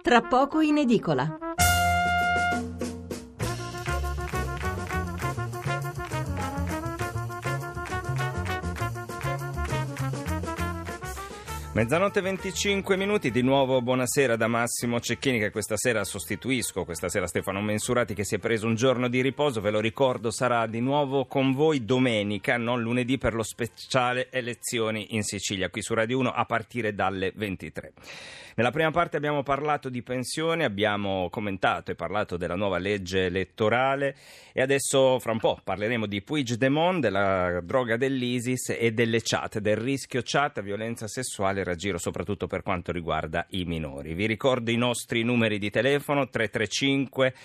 tra poco in edicola. Mezzanotte 25 minuti, di nuovo buonasera da Massimo Cecchini, che questa sera sostituisco, questa sera Stefano Mensurati che si è preso un giorno di riposo, ve lo ricordo sarà di nuovo con voi domenica, non lunedì, per lo speciale elezioni in Sicilia, qui su Radio 1 a partire dalle 23. Nella prima parte abbiamo parlato di pensioni, abbiamo commentato e parlato della nuova legge elettorale e adesso fra un po' parleremo di Puigdemont, della droga dell'ISIS e delle chat, del rischio chat, violenza sessuale e raggiro soprattutto per quanto riguarda i minori. Vi ricordo i nostri numeri di telefono 335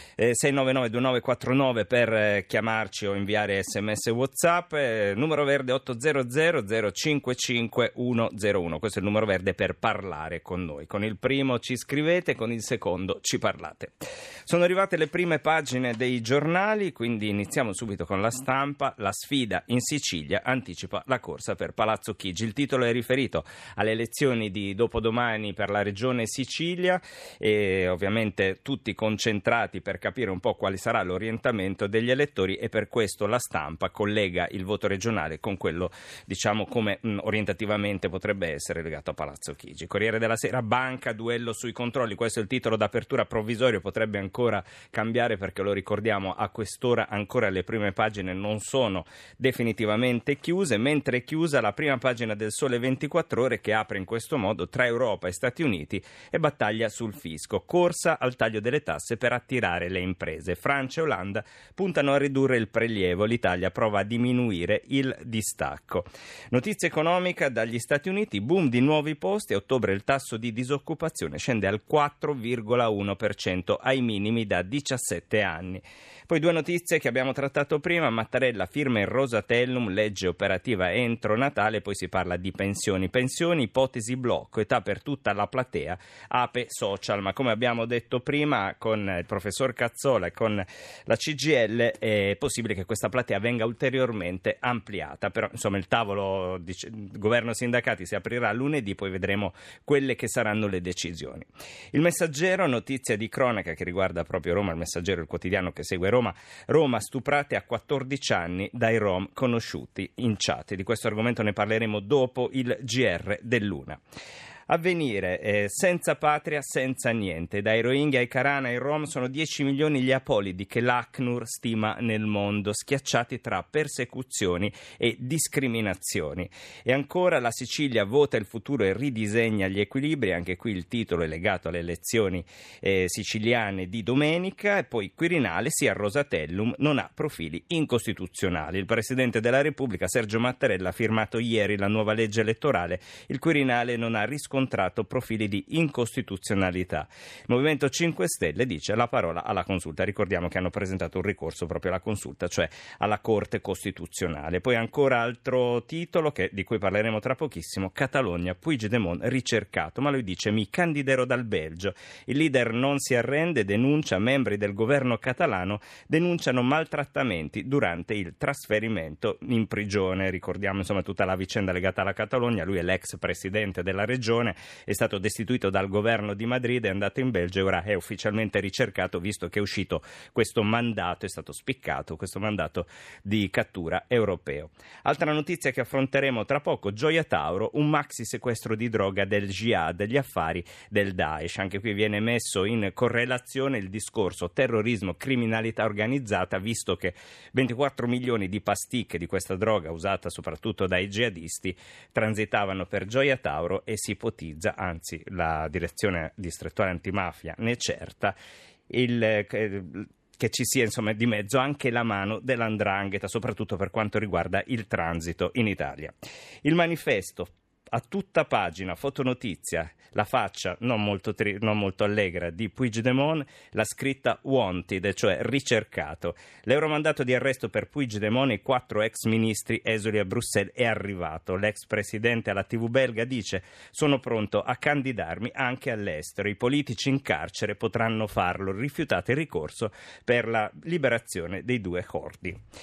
6992949 per chiamarci o inviare sms WhatsApp, numero verde 800 055 101, questo è il numero verde per parlare con noi. Con il primo ci scrivete, con il secondo ci parlate. Sono arrivate le prime pagine dei giornali, quindi iniziamo subito con La Stampa. La sfida in Sicilia anticipa la corsa per Palazzo Chigi. Il titolo è riferito alle elezioni di dopodomani per la regione Sicilia e ovviamente tutti concentrati per capire un po' quale sarà l'orientamento degli elettori, e per questo La Stampa collega il voto regionale con quello, diciamo, come orientativamente potrebbe essere legato a Palazzo Chigi. Corriere della Sera: banca, duello sui controlli, questo è il titolo d'apertura provvisorio, potrebbe ancora cambiare perché, lo ricordiamo, a quest'ora ancora le prime pagine non sono definitivamente chiuse, mentre è chiusa la prima pagina del Sole 24 Ore, che apre in questo modo: tra Europa e Stati Uniti e battaglia sul fisco, corsa al taglio delle tasse per attirare le imprese. Francia e Olanda puntano a ridurre il prelievo, l'Italia prova a diminuire il distacco. Notizia economica dagli Stati Uniti: boom di nuovi posti, a ottobre il tasso di disoccupazione scende al 4,1%, ai minimi da 17 anni. Poi due notizie che abbiamo trattato prima: Mattarella firma il Rosatellum, legge operativa entro Natale. Poi si parla di pensioni, ipotesi blocco, età per tutta la platea, ape social. Ma come abbiamo detto prima con il professor Cazzola e con la CGIL, è possibile che questa platea venga ulteriormente ampliata, però insomma il tavolo governo sindacati si aprirà lunedì, poi vedremo quelle che saranno le decisioni. Il Messaggero, notizia di cronaca che riguarda proprio Roma. Il Messaggero, il quotidiano che segue Roma stuprate a 14 anni dai rom conosciuti in chat. Di questo argomento ne parleremo dopo il GR dell'una. Avvenire, senza patria, senza niente. Dai Rohingya ai Karana ai Rom sono 10 milioni gli apolidi che l'ACNUR stima nel mondo, schiacciati tra persecuzioni e discriminazioni. E ancora la Sicilia vota il futuro e ridisegna gli equilibri. Anche qui il titolo è legato alle elezioni siciliane di domenica. E poi Quirinale, sì al Rosatellum, non ha profili incostituzionali. Il Presidente della Repubblica Sergio Mattarella ha firmato ieri la nuova legge elettorale. Il Quirinale non ha riscontrato profili di incostituzionalità. Il Movimento 5 Stelle dice la parola alla consulta. Ricordiamo che hanno presentato un ricorso proprio alla consulta, cioè alla Corte Costituzionale. Poi ancora altro titolo di cui parleremo tra pochissimo: Catalogna, Puigdemont ricercato, ma lui dice mi candiderò dal Belgio. Il leader non si arrende, denuncia, membri del governo catalano denunciano maltrattamenti durante il trasferimento in prigione. Ricordiamo insomma tutta la vicenda legata alla Catalogna. Lui è l'ex presidente della regione, è stato destituito dal governo di Madrid, è andato in Belgio e ora è ufficialmente ricercato, visto che è uscito questo mandato, è stato spiccato questo mandato di cattura europeo. Altra notizia che affronteremo tra poco: Gioia Tauro, un maxi sequestro di droga del Jihad, degli affari del Daesh. Anche qui viene messo in correlazione il discorso terrorismo, criminalità organizzata, visto che 24 milioni di pasticche di questa droga, usata soprattutto dai jihadisti, transitavano per Gioia Tauro e si ipotizza, anzi la direzione distrettuale antimafia ne certa, che ci sia insomma di mezzo anche la mano dell''ndrangheta, soprattutto per quanto riguarda il transito in Italia. Il Manifesto, a tutta pagina, fotonotizia, la faccia non molto allegra di Puigdemont, la scritta wanted, cioè ricercato. L'euromandato di arresto per Puigdemont e i 4 ex ministri esuli a Bruxelles è arrivato. L'ex presidente alla TV belga dice: sono pronto a candidarmi anche all'estero, i politici in carcere potranno farlo, rifiutate il ricorso per la liberazione dei 2 cordi.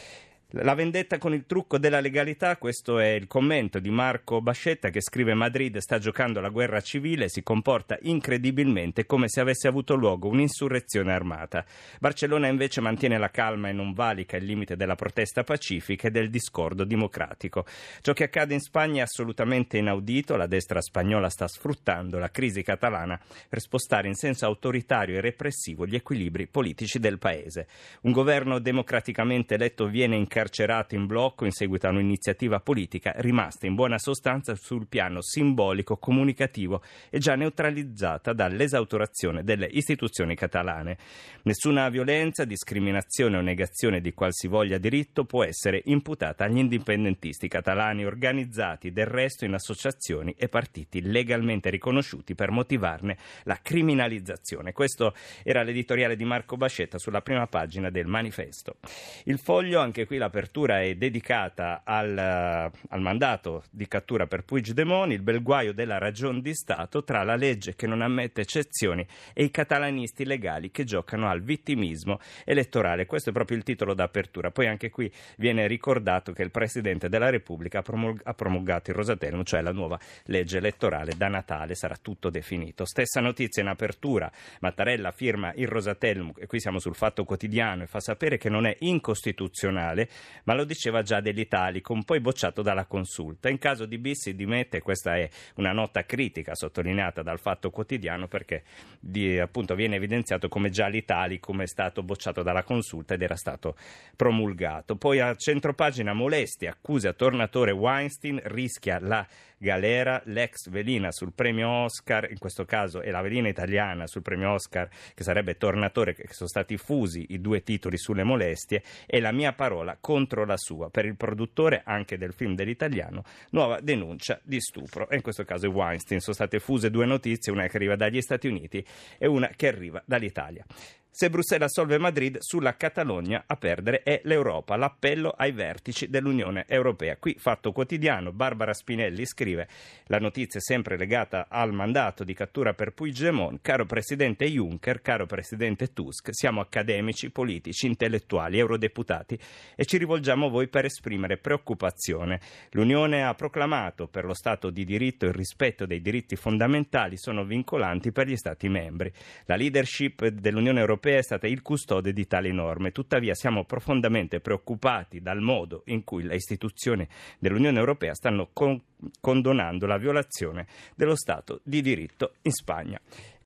La vendetta con il trucco della legalità, questo è il commento di Marco Bascetta che scrive: Madrid sta giocando la guerra civile, si comporta incredibilmente come se avesse avuto luogo un'insurrezione armata. Barcellona invece mantiene la calma e non valica il limite della protesta pacifica e del discordo democratico. Ciò che accade in Spagna è assolutamente inaudito, la destra spagnola sta sfruttando la crisi catalana per spostare in senso autoritario e repressivo gli equilibri politici del paese. Un governo democraticamente eletto viene incarcerato in blocco in seguito a un'iniziativa politica rimasta in buona sostanza sul piano simbolico, comunicativo e già neutralizzata dall'esautorazione delle istituzioni catalane. Nessuna violenza, discriminazione o negazione di qualsivoglia diritto può essere imputata agli indipendentisti catalani, organizzati del resto in associazioni e partiti legalmente riconosciuti per motivarne la criminalizzazione. Questo era l'editoriale di Marco Bascetta sulla prima pagina del Manifesto. Il Foglio, anche qui l'apertura è dedicata al mandato di cattura per Puigdemont, il bel guaio della ragion di Stato tra la legge che non ammette eccezioni e i catalanisti legali che giocano al vittimismo elettorale. Questo è proprio il titolo d'apertura. Poi anche qui viene ricordato che il Presidente della Repubblica ha promulgato il Rosatellum, cioè la nuova legge elettorale. Da Natale sarà tutto definito. Stessa notizia in apertura: Mattarella firma il Rosatellum, e qui siamo sul Fatto Quotidiano, e fa sapere che non è incostituzionale, ma lo diceva già dell'Italicum, poi bocciato dalla Consulta. In caso di bis si dimette. Questa è una nota critica sottolineata dal Fatto Quotidiano, perché appunto viene evidenziato come già l'Italicum è stato bocciato dalla Consulta ed era stato promulgato. Poi a centropagina: molestie, accuse a Tornatore, Weinstein rischia la galera, l'ex velina sul premio Oscar, in questo caso è la velina italiana sul premio Oscar che sarebbe Tornatore, che sono stati fusi i due titoli sulle molestie, e la mia parola contro la sua. Per il produttore anche del film dell'italiano, nuova denuncia di stupro, e in questo caso è Weinstein. Sono state fuse due notizie, una che arriva dagli Stati Uniti e una che arriva dall'Italia. Se Bruxelles assolve Madrid, sulla Catalogna a perdere è l'Europa. L'appello ai vertici dell'Unione Europea. Qui Fatto Quotidiano, Barbara Spinelli scrive: la notizia è sempre legata al mandato di cattura per Puigdemont. Caro Presidente Juncker, caro Presidente Tusk, siamo accademici, politici, intellettuali, eurodeputati e ci rivolgiamo a voi per esprimere preoccupazione. L'Unione ha proclamato per lo Stato di diritto il rispetto dei diritti fondamentali sono vincolanti per gli Stati membri. La leadership dell'Unione Europea è stata il custode di tali norme. Tuttavia siamo profondamente preoccupati dal modo in cui le istituzioni dell'Unione Europea stanno condonando la violazione dello Stato di diritto in Spagna.